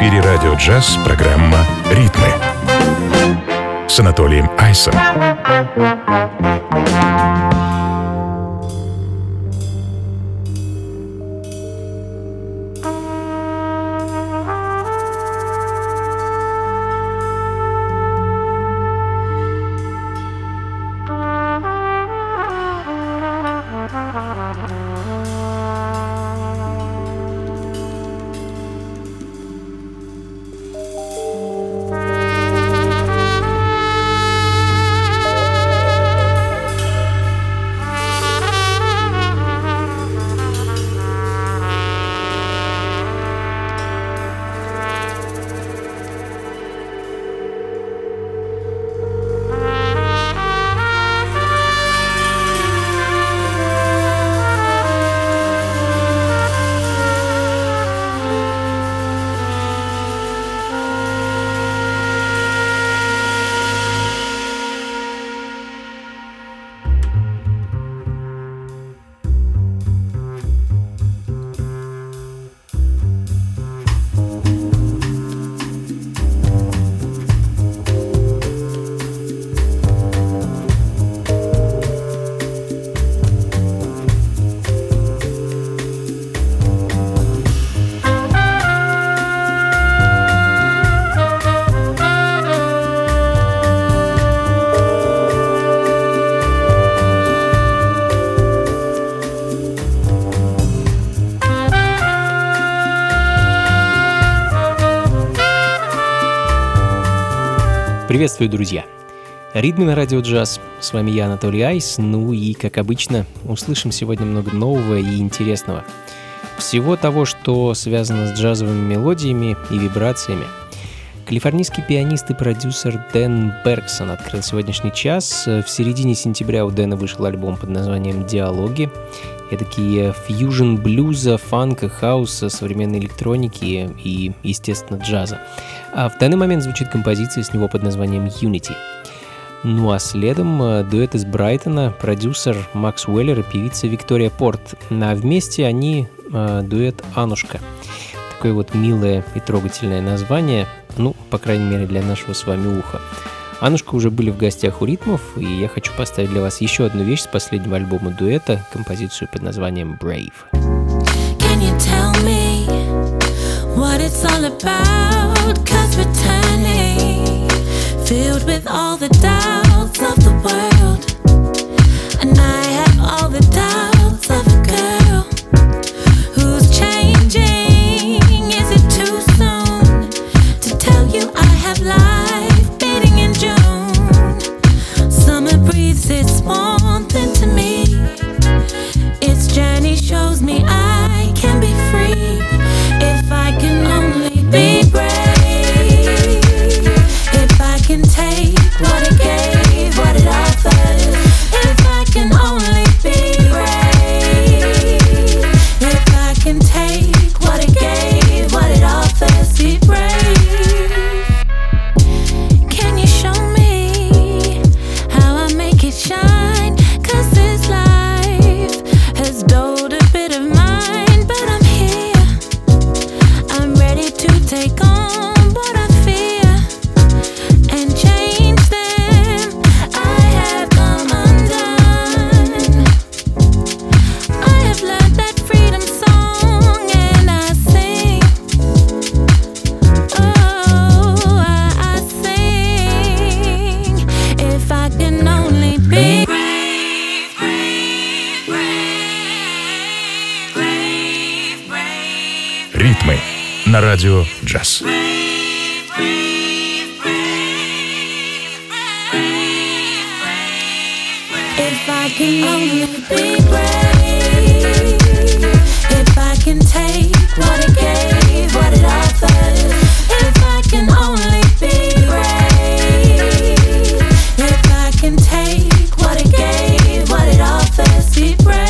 эфире «Радио Джаз» программа «Ритмы» с Анатолием Айсом. Приветствую, друзья! Ритмы на радио джаз. С вами я, Анатолий Айс. Ну и, как обычно, услышим сегодня много нового и интересного. Всего того, что связано с джазовыми мелодиями и вибрациями. Калифорнийский пианист и продюсер Дэн Бергсон открыл сегодняшний час. В середине сентября у Дэна вышел альбом под названием «Диалоги». Эдакий фьюжн блюза, фанка, хауса, современной электроники и, естественно, джаза. А в данный момент звучит композиция с него под названием «Unity». Ну а следом дуэт из Брайтона, продюсер Макс Уэллер и певица Виктория Порт. А вместе они дуэт «Анушка». Такое вот милое и трогательное название, ну, по крайней мере, для нашего с вами уха. Анушка уже были в гостях у ритмов, и я хочу поставить для вас еще одну вещь с последнего альбома дуэта, композицию под названием «Brave». Can you tell me what it's all about? 'Cause we're turning, filled with all the doubts of the world, and I have all the doubts of a girl who's changing. Is it too soon to tell you I have life beating in June? Summer breathes its warmth into me. Its journey shows me I can be free if I can only be brave. If I can take what it gave, what it offers. If I can only be brave. If I can take what it gave, what it offers, be brave. Can you show me how I make it shine? 'Cause this life has dulled a bit of mine, but I'm here. I'm ready to take on what I fear and change them. I have come undone. I have learned that freedom song and I sing. Oh, I sing. If I can only be brave, brave, brave, brave, brave. Ритмы на радио «Джаз». If I can only be brave, if I can take what it gave, what it offers, if I can only be brave, if I can take what it gave, what it offers, be brave.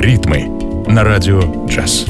Ритмы на радио «Джаз».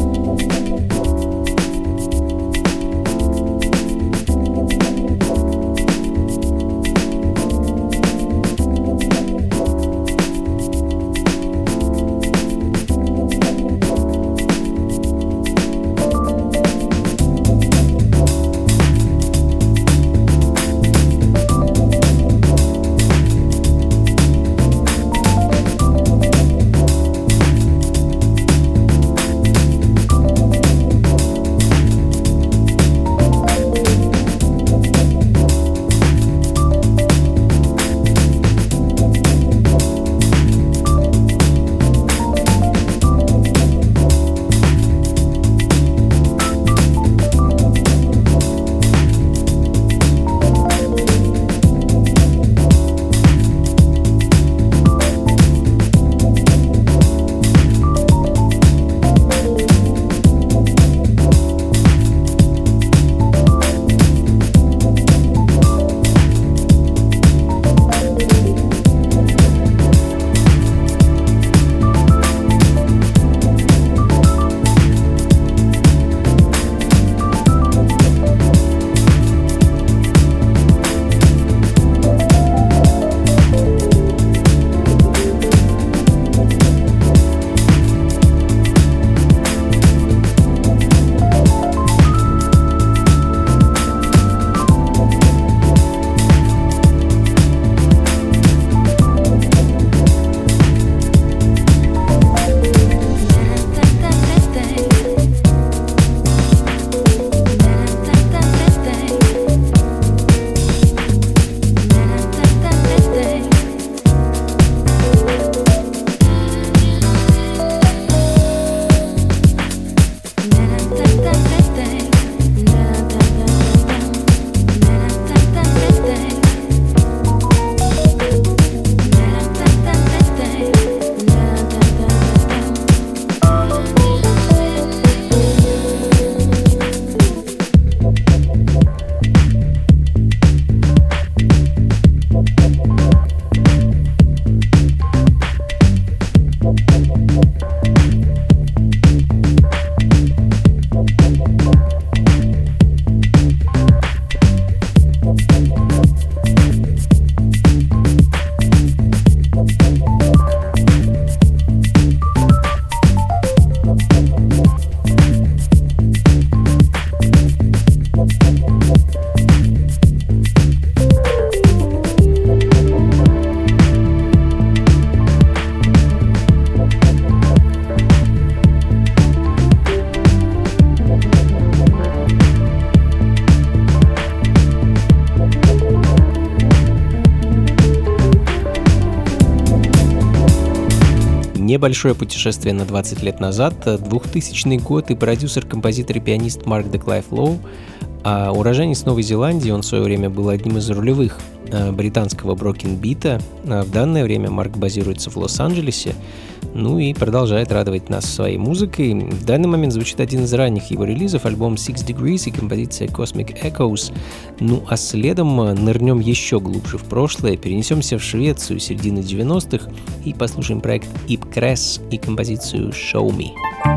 Небольшое путешествие на 20 лет назад, 2000 год, и продюсер, композитор и пианист Марк де Клайв Лоу, уроженец Новой Зеландии, он в свое время был одним из рулевых британского брокенбита. В данное время Марк базируется в Лос-Анджелесе, ну и продолжает радовать нас своей музыкой. В данный момент звучит один из ранних его релизов, альбом Six Degrees и композиция Cosmic Echoes. Ну а следом нырнем еще глубже в прошлое, перенесемся в Швецию середины 90-х и послушаем проект Ipcress и композицию Show Me.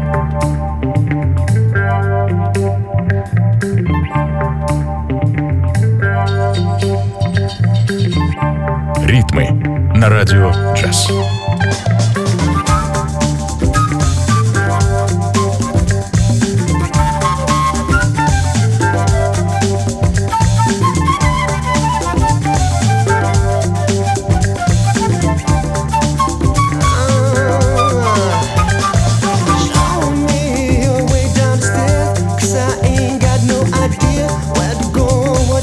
Ритмы на радио «Джаз».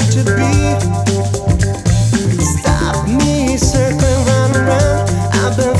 Stop me circling round and round. I've been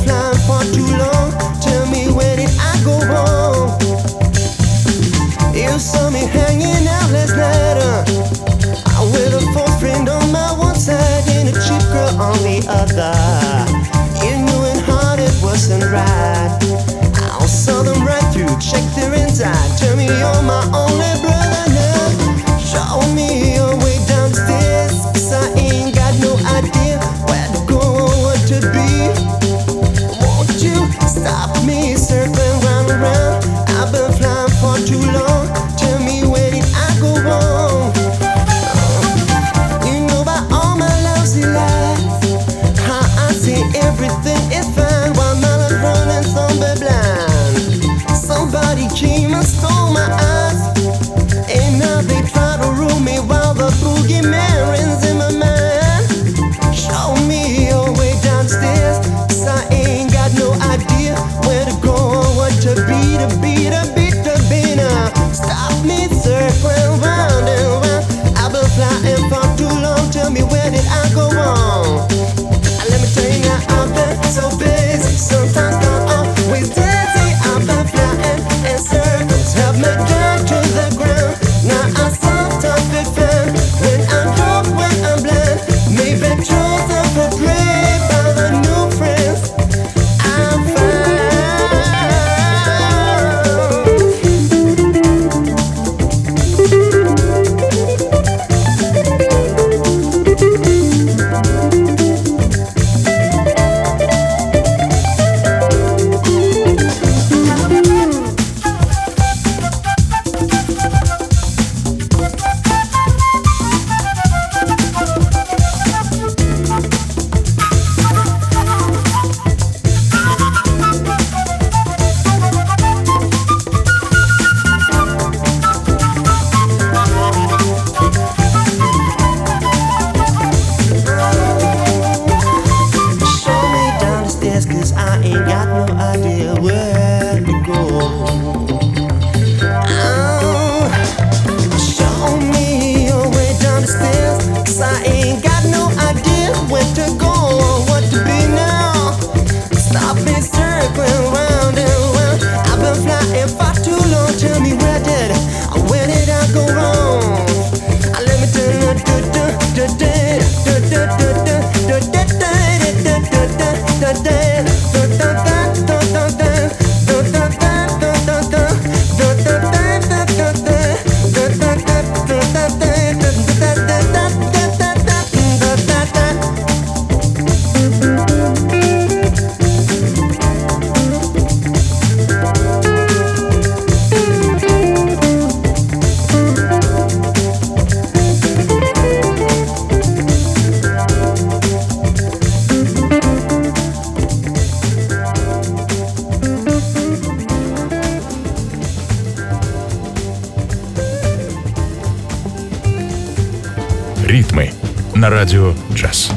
«Ритмы» на радио «Джаз».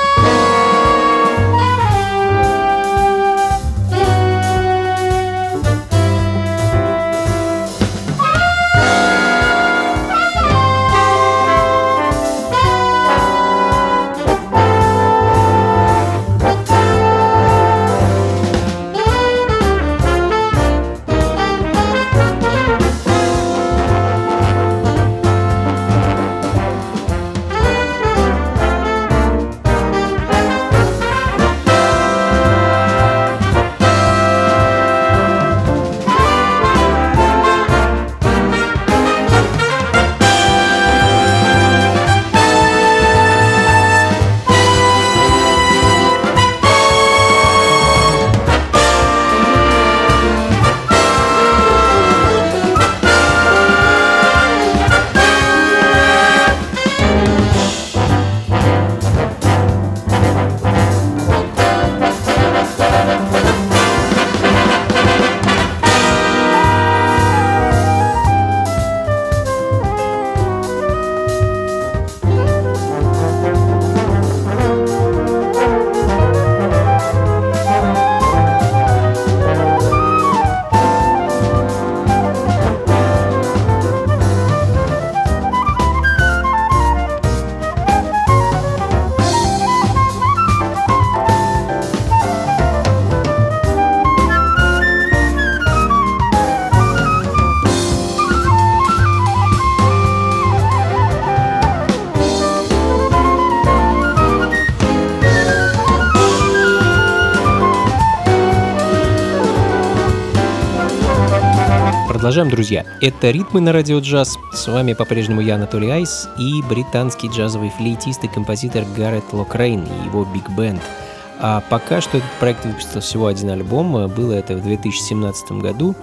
Продолжаем, друзья. Это «Ритмы» на радио «Джаз». С вами по-прежнему я, Анатолий Айс, и британский джазовый флейтист и композитор Гаррет Локрейн и его биг-бенд. А пока что этот проект выпустил всего один альбом, было это в 2017 году,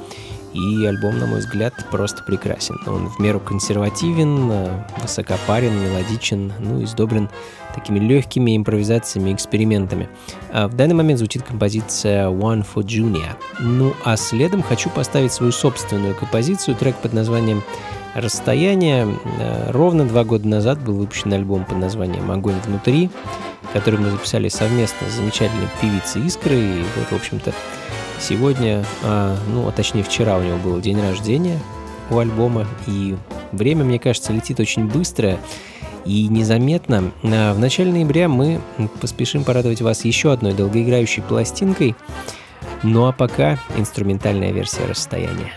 и альбом, на мой взгляд, просто прекрасен. Он в меру консервативен, высокопарен, мелодичен, и сдобрен такими легкими импровизациями и экспериментами. В данный момент звучит композиция «One for Junior». А следом хочу поставить свою собственную композицию, трек под названием «Расстояние». Ровно 2 года назад был выпущен альбом под названием «Огонь внутри», который мы записали совместно с замечательной певицей Искрой. И вот, в общем-то, сегодня, а точнее вчера у него был день рождения у альбома, и время, мне кажется, летит очень быстро и незаметно. В начале ноября мы поспешим порадовать вас еще одной долгоиграющей пластинкой, а пока инструментальная версия «Расстояния».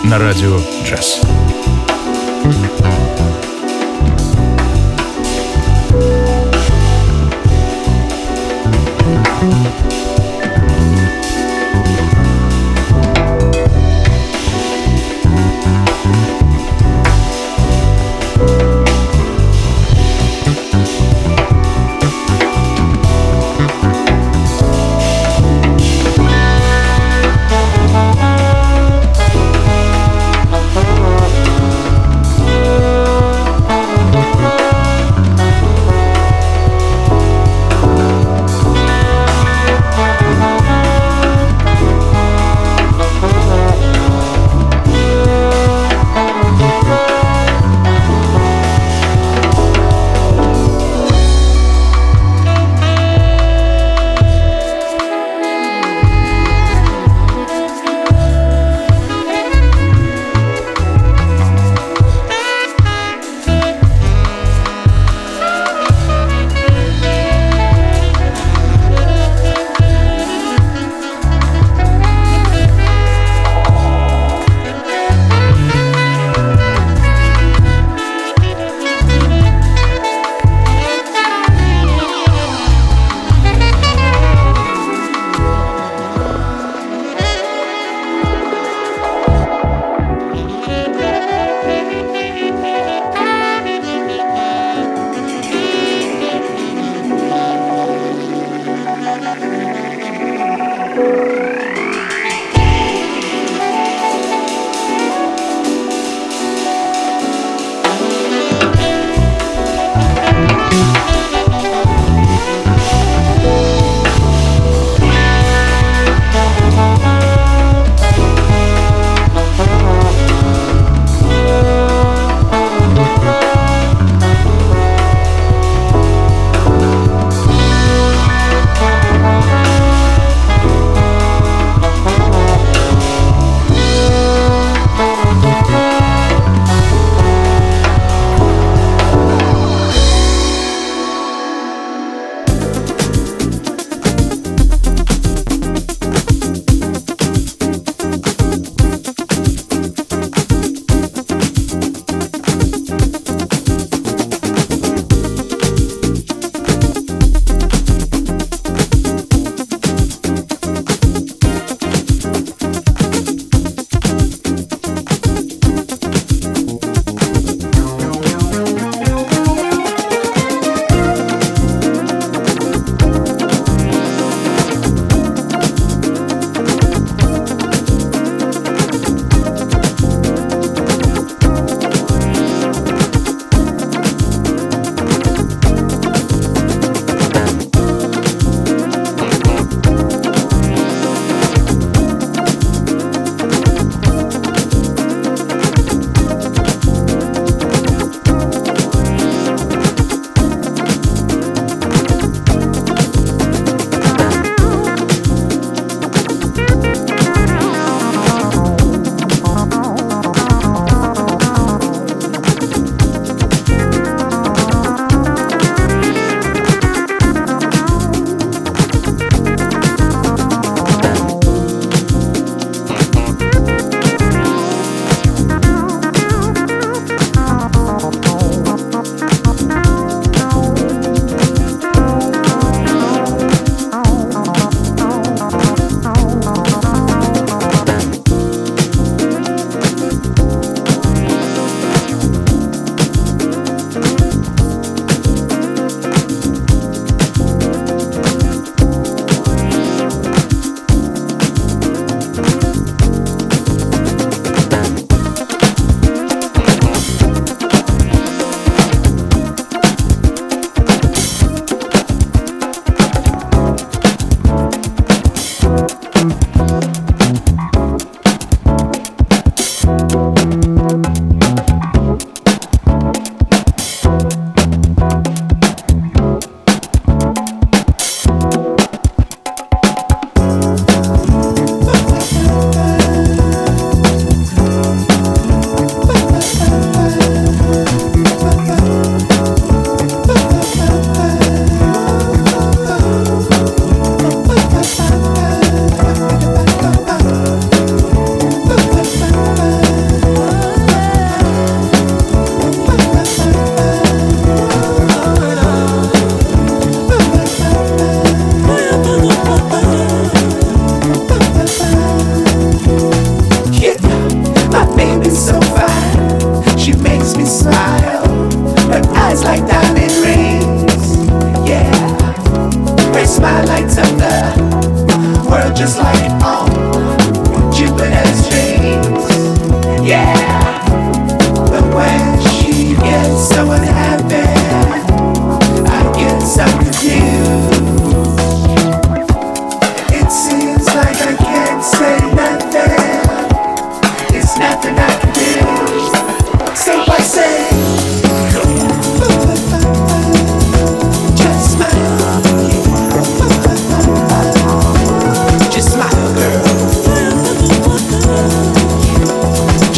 на радио «Джаз».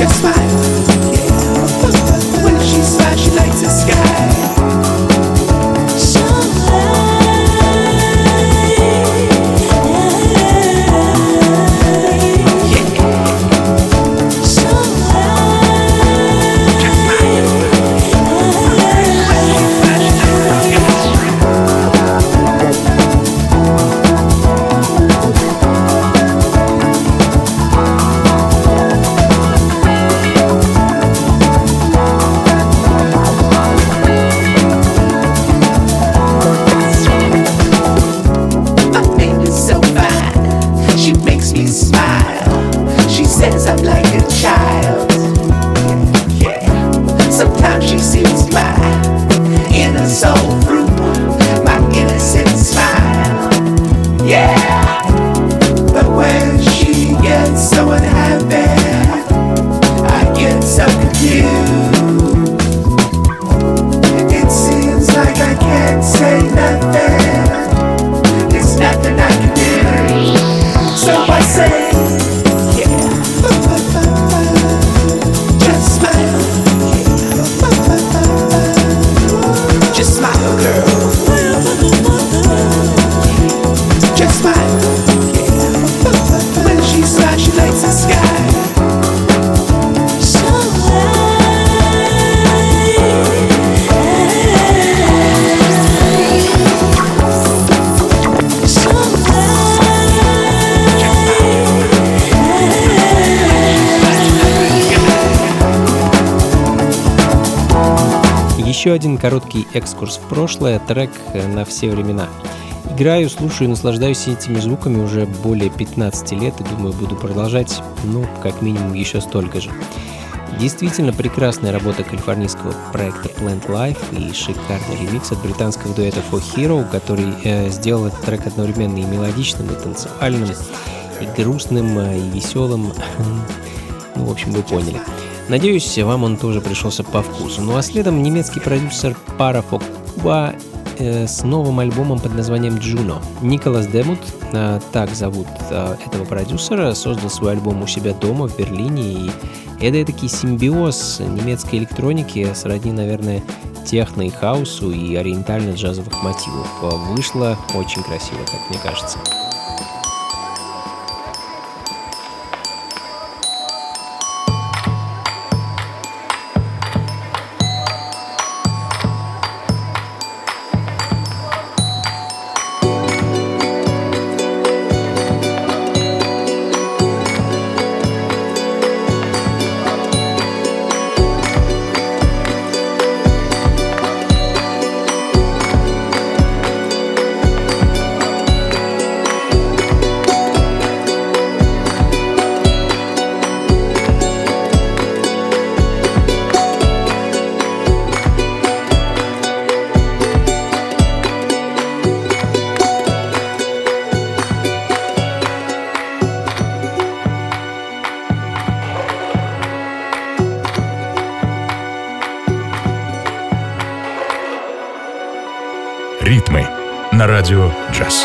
Еще один короткий экскурс в прошлое, трек на все времена. Играю, слушаю и наслаждаюсь этими звуками уже более 15 лет и думаю, буду продолжать, как минимум еще столько же. Действительно прекрасная работа калифорнийского проекта Plant Life и шикарный ремикс от британского дуэта For Hero, который сделал этот трек одновременно и мелодичным, и танцевальным, и грустным, и веселым. В общем, вы поняли. Надеюсь, вам он тоже пришелся по вкусу. Ну а следом немецкий продюсер Para for Cuba с новым альбомом под названием Juno. Николас Демут, так зовут этого продюсера, создал свой альбом у себя дома в Берлине. И это такой симбиоз немецкой электроники, сродни, наверное, техно и хаусу и ориентально-джазовых мотивов. Вышло очень красиво, как мне кажется. Ритмы на радио «Джаз».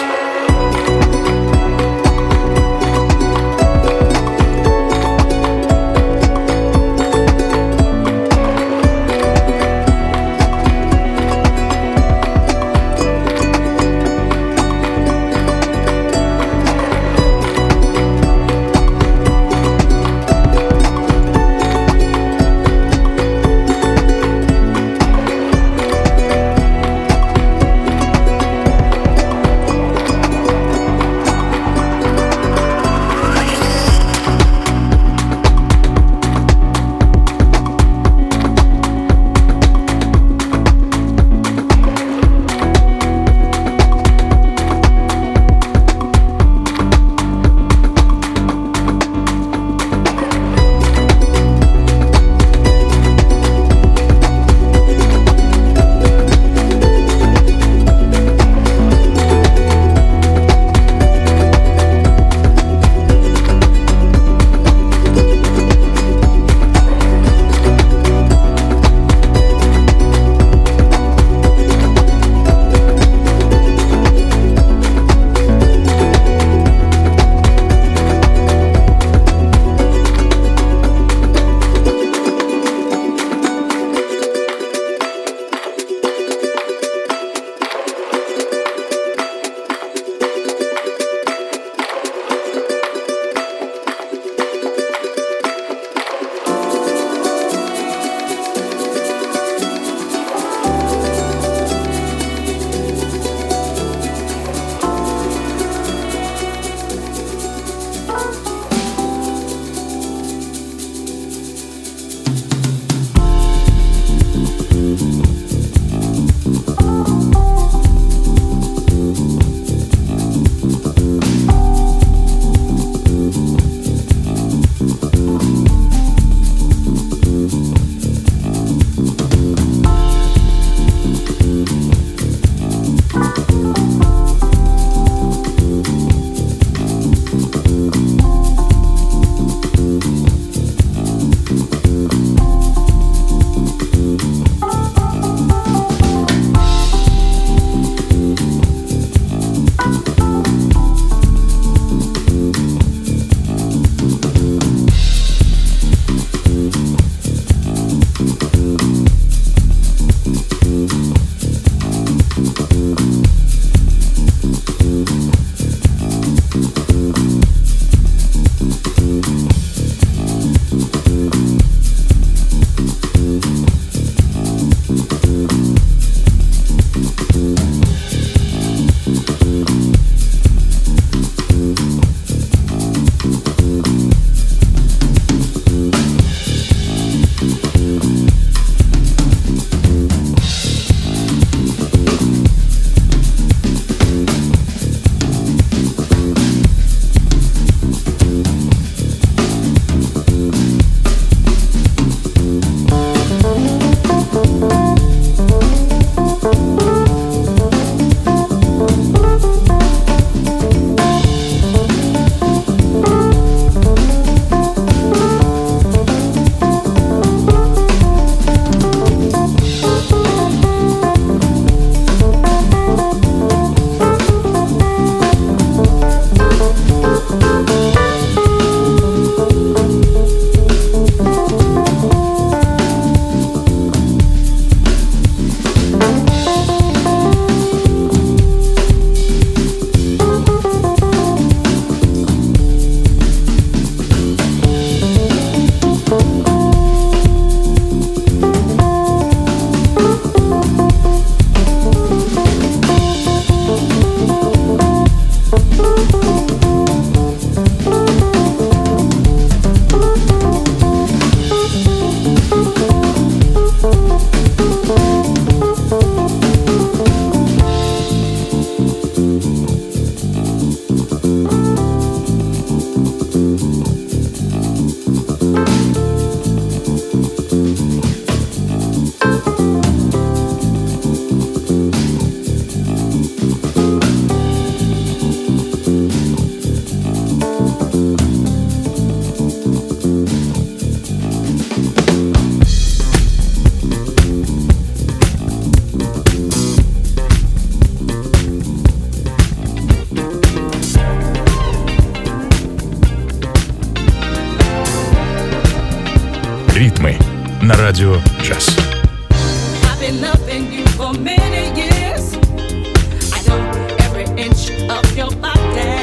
Ритмы на радио «Джаз». I've been loving you for many years. I know every inch of your body.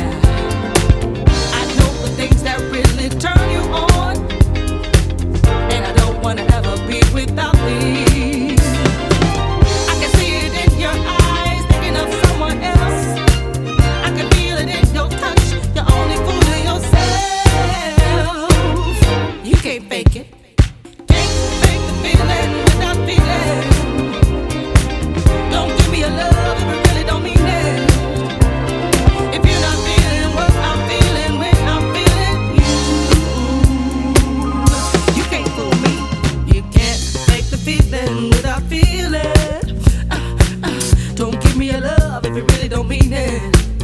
I know the things that really turn you on, and I don't wanna ever be without thee. I can see it in your eyes, thinking of someone else. I can feel it in your touch. You're only fooling yourself. You can't fake it. Feeling without feeling. Don't give me a love if it really don't mean it. If you're not feeling what I'm feeling when I'm feeling you, you can't fool me. You can't fake the feeling without feeling. Don't give me a love if it really don't mean it.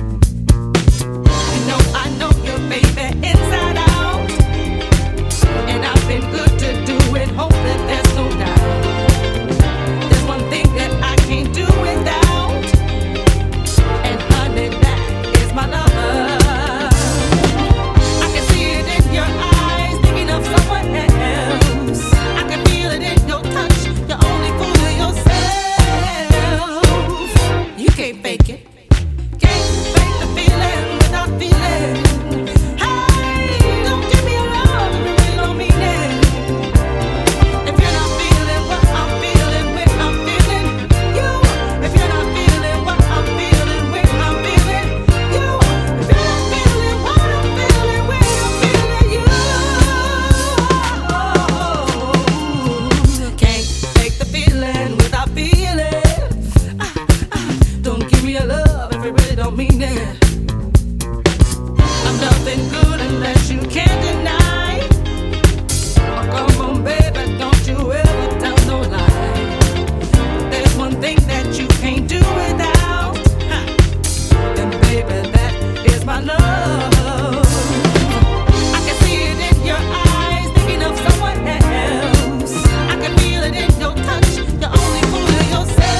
I know your baby inside out, and I've been good to do it. Hope that there's no doubt. There's one thing that I can't do without, and honey, that is my love. I can see it in your eyes, thinking of someone else. I can feel it in your touch. You're only fooling yourself. You can't fake it. Can't fake the feeling without feeling. Hey, don't give me a love if you really don't mean it. If you're not feeling what I'm feeling when I'm feeling you. If you're not feeling what I'm feeling when I'm feeling you. If you're not feeling what I'm feeling when I'm feeling you. Can't fake the feeling without feeling. Don't give me a love if it really don't mean it. I'm nothing good unless you can't deny. Oh, come on, baby, don't you ever tell no lie. There's one thing that you can't do without, and baby, that is my love. I can see it in your eyes, thinking of someone else. I can feel it in your touch. You're only fooling yourself.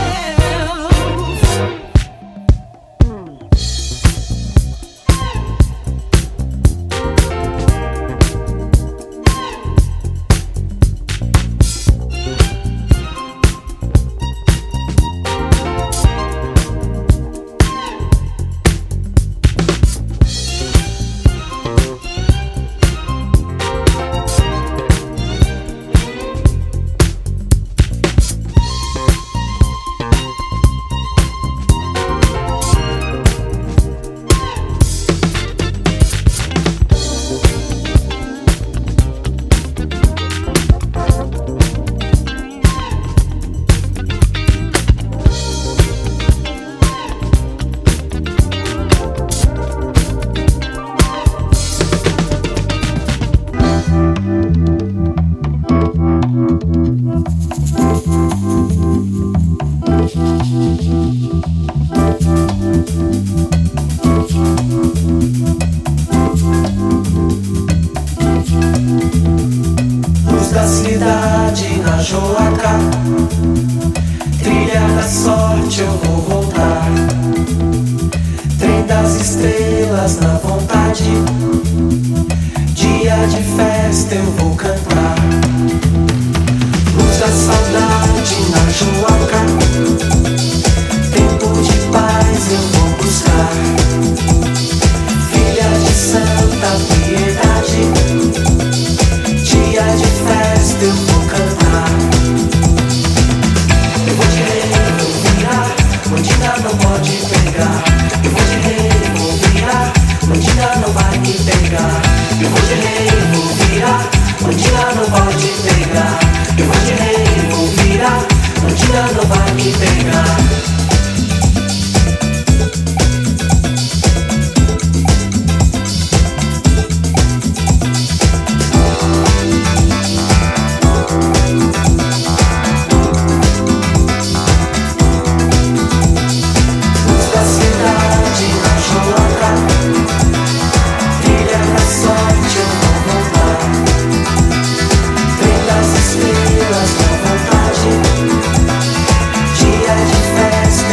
Luz da cidade na Joaca, trilha da sorte eu vou voltar. Trem das estrelas na vontade, dia de festa eu vou cantar. Luz da saudade na Joaca, tempo de paz eu vou buscar. Filha de Santa Piedade, dia de festa eu vou cantar. Eu vou te revirar, bandida não pode pegar. Eu vou te revirar, bandida não vai me pegar. Eu vou te revirar, bandida não pode pegar. Eu vou te revirar, bandida não vai me pegar. Estrelas na vontade, dia de festa.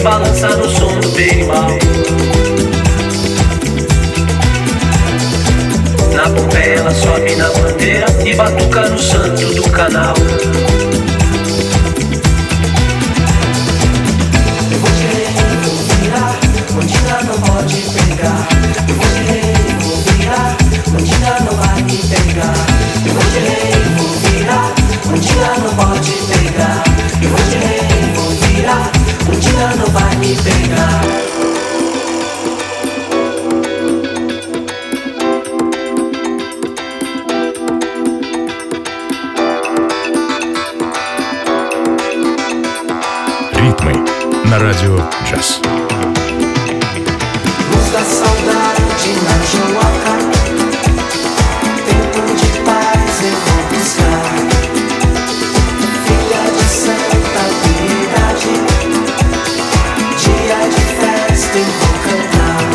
balança no som do berimbau. Na Pompeia ela sobe na bandeira e batuca no santo do canal. Eu vou de rei, vou virar, Mandinga não pode pegar. Eu vou de rei, vou virar, Mandinga não vai me pegar. Eu vou de rei, vou virar, Mandinga não pode pegar. Eu vou de rei, vou virar, Mandinga não vai me pegar. Ритмы на радио «Джаз». Luz da saudade na Joaca, tempo de paz eu vou buscar. Filha de Santa Piedade, dia de festa eu vou cantar.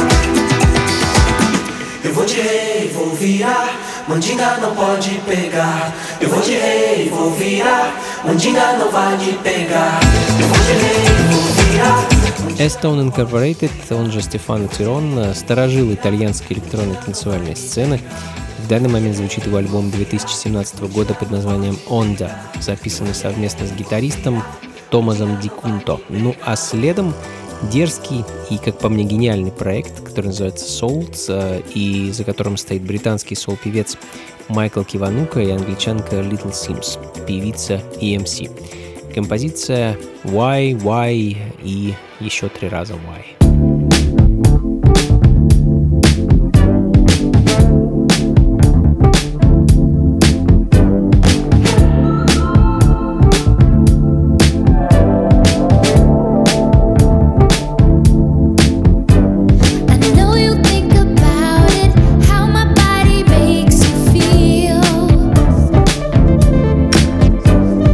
Eu vou de rei, vou virar, Mandinga não pode pegar. Eu vou de rei, vou virar, Mandinga não vai me pegar. Eu vou de rei, vou virar. Stone Incorporated, он же Стефано Тирон, сторожил итальянской электронной танцевальной сцены. В данный момент звучит его альбом 2017 года под названием «Onda», записанный совместно с гитаристом Томазом Ди Кунто. Ну а следом дерзкий и, как по мне, гениальный проект, который называется Souls, и за которым стоит британский соул-певец Майкл Киванука и англичанка Little Sims, певица и МС. Композиция Why и еще 3 раза Why.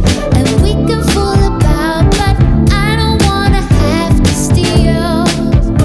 And we can fool about, but I don't wanna have to steal.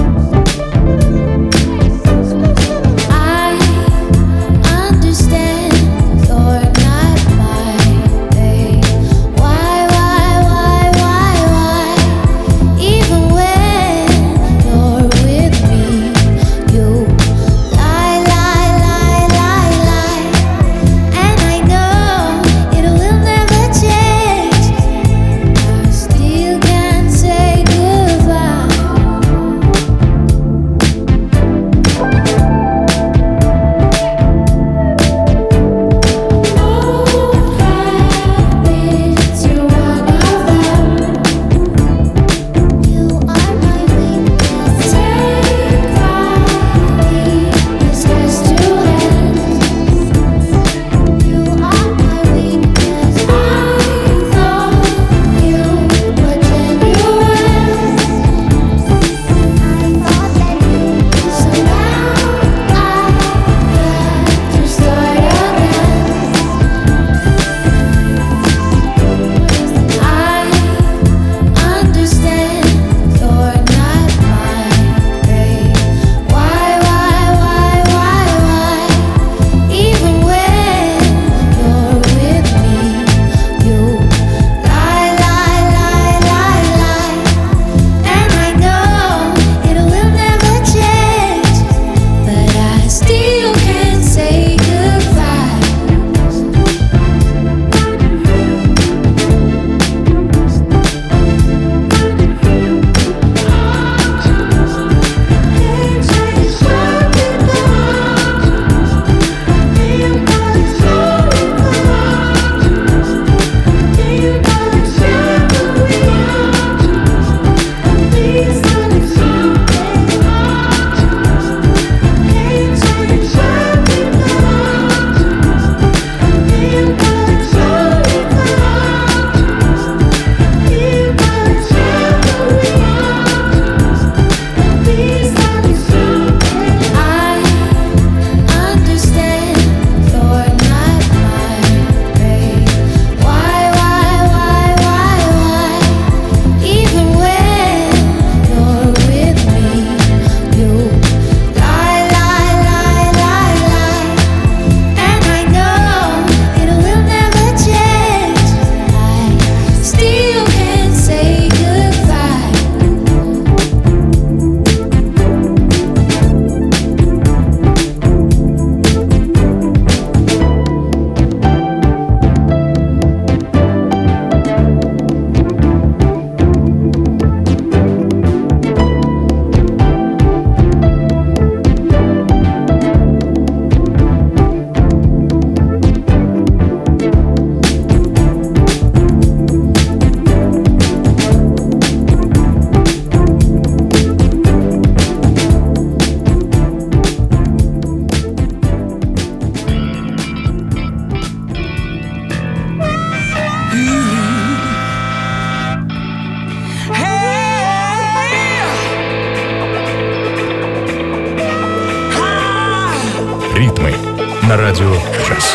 на радио «Джаз».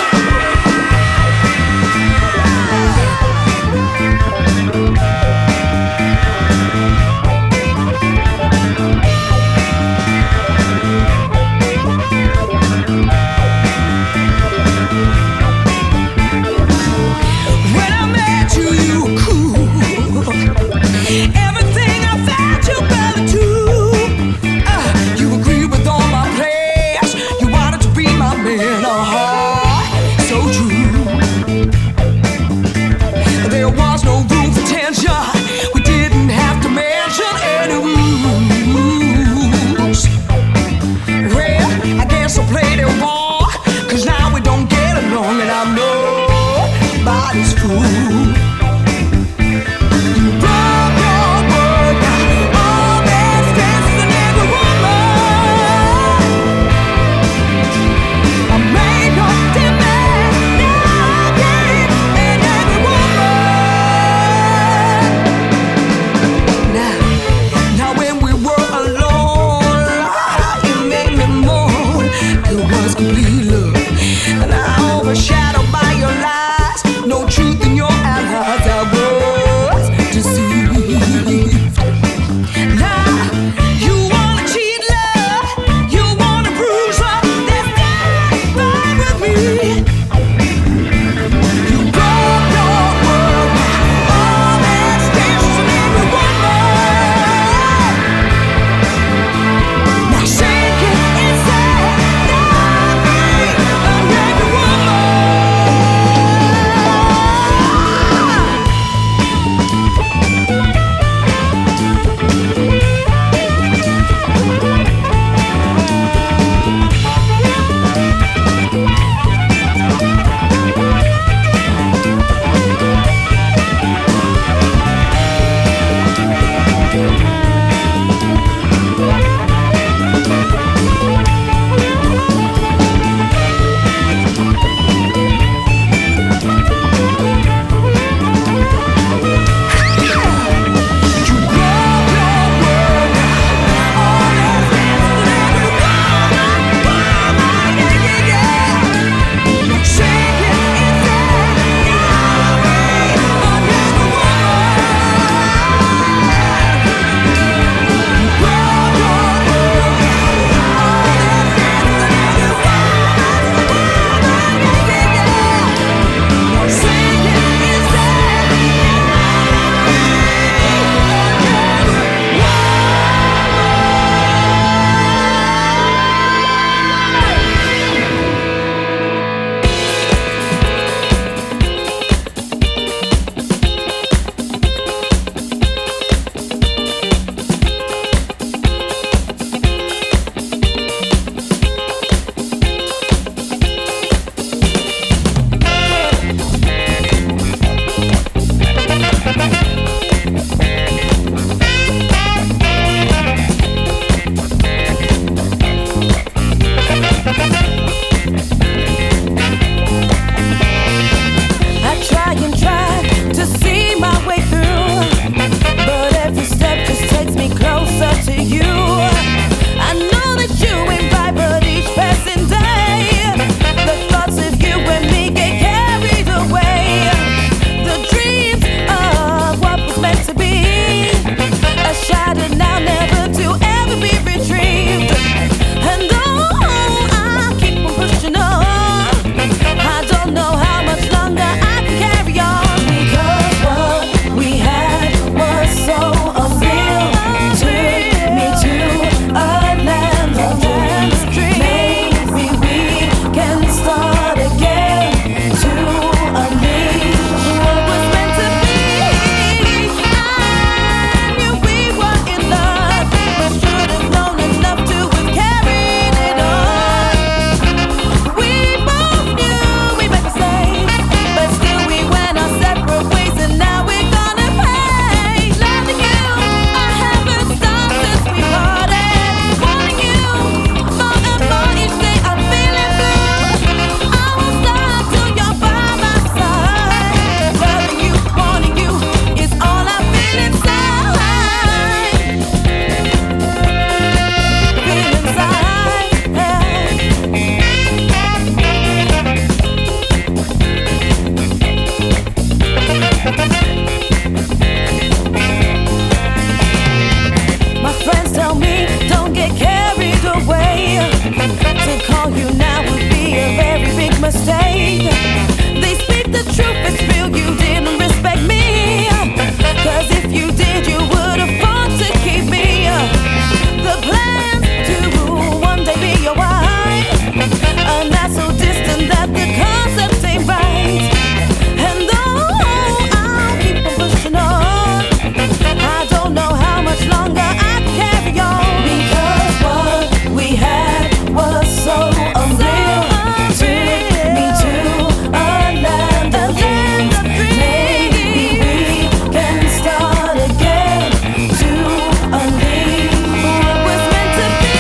mistake. They speak the truth, it's real, you didn't respect me. 'Cause if you did, you would have fought to keep me. The plan to one day be your wife, and that's so distant that the concept ain't right. And though I'll keep on pushing on, I don't know how much longer I can carry on. Because what we had was so unreal. Took me to a land of dreams. Maybe we can start again to unleash what was meant to be.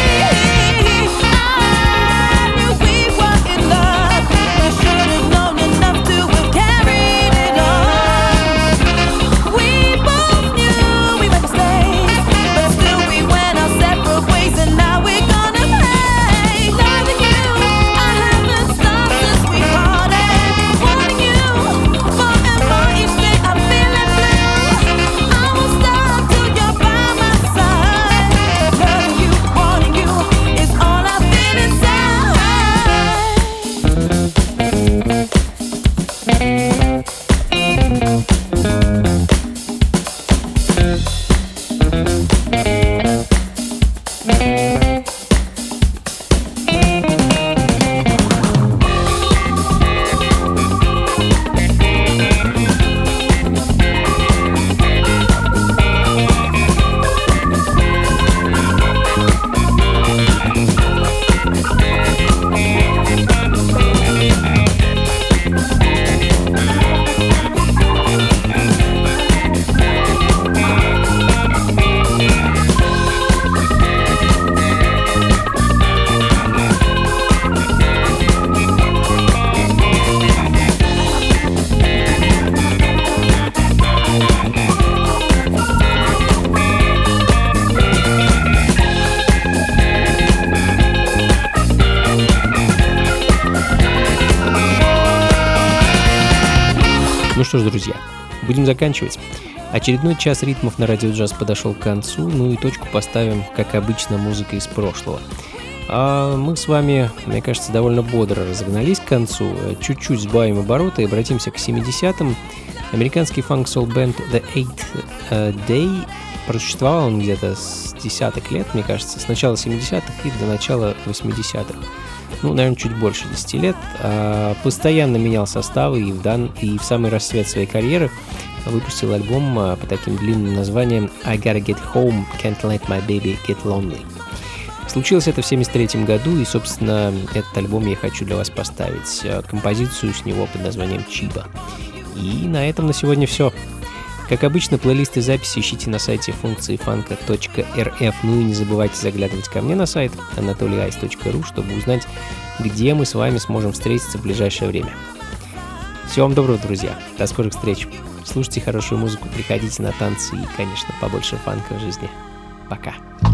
I knew we were in love. We should have known enough to have carried it on. We both knew we made mistakes, but still we went our separate ways, and now we're gonna pay. Loving you, I haven't stopped since we parted. Wanting you more and more each day, I'm feeling blue. I won't stop till you're by my side. Loving you, wanting you is all I feel inside. Ну что ж, друзья, будем заканчивать. Очередной час ритмов на радио джаз подошел к концу, ну и точку поставим, как обычно, музыкой из прошлого. А мы с вами, мне кажется, довольно бодро разогнались к концу, чуть-чуть сбавим обороты и обратимся к 70-м. Американский фанк-сол-бенд The Eighth Day, просуществовал он где-то с десятых лет, мне кажется, с начала 70-х и до начала 80-х. Ну, наверное, чуть больше 10 лет. Постоянно менял составы и в самый расцвет своей карьеры выпустил альбом по таким длинным названиям I Gotta Get Home, Can't Let My Baby Get Lonely. Случилось это в 1973 году, и, собственно, этот альбом я хочу для вас поставить. Композицию с него под названием «Чиба». И на этом на сегодня все. Как обычно, плейлисты записи ищите на сайте функции фанка.рф. Ну и не забывайте заглядывать ко мне на сайт anatolyice.ru, чтобы узнать, где мы с вами сможем встретиться в ближайшее время. Всего вам доброго, друзья. До скорых встреч. Слушайте хорошую музыку, приходите на танцы и, конечно, побольше фанка в жизни. Пока.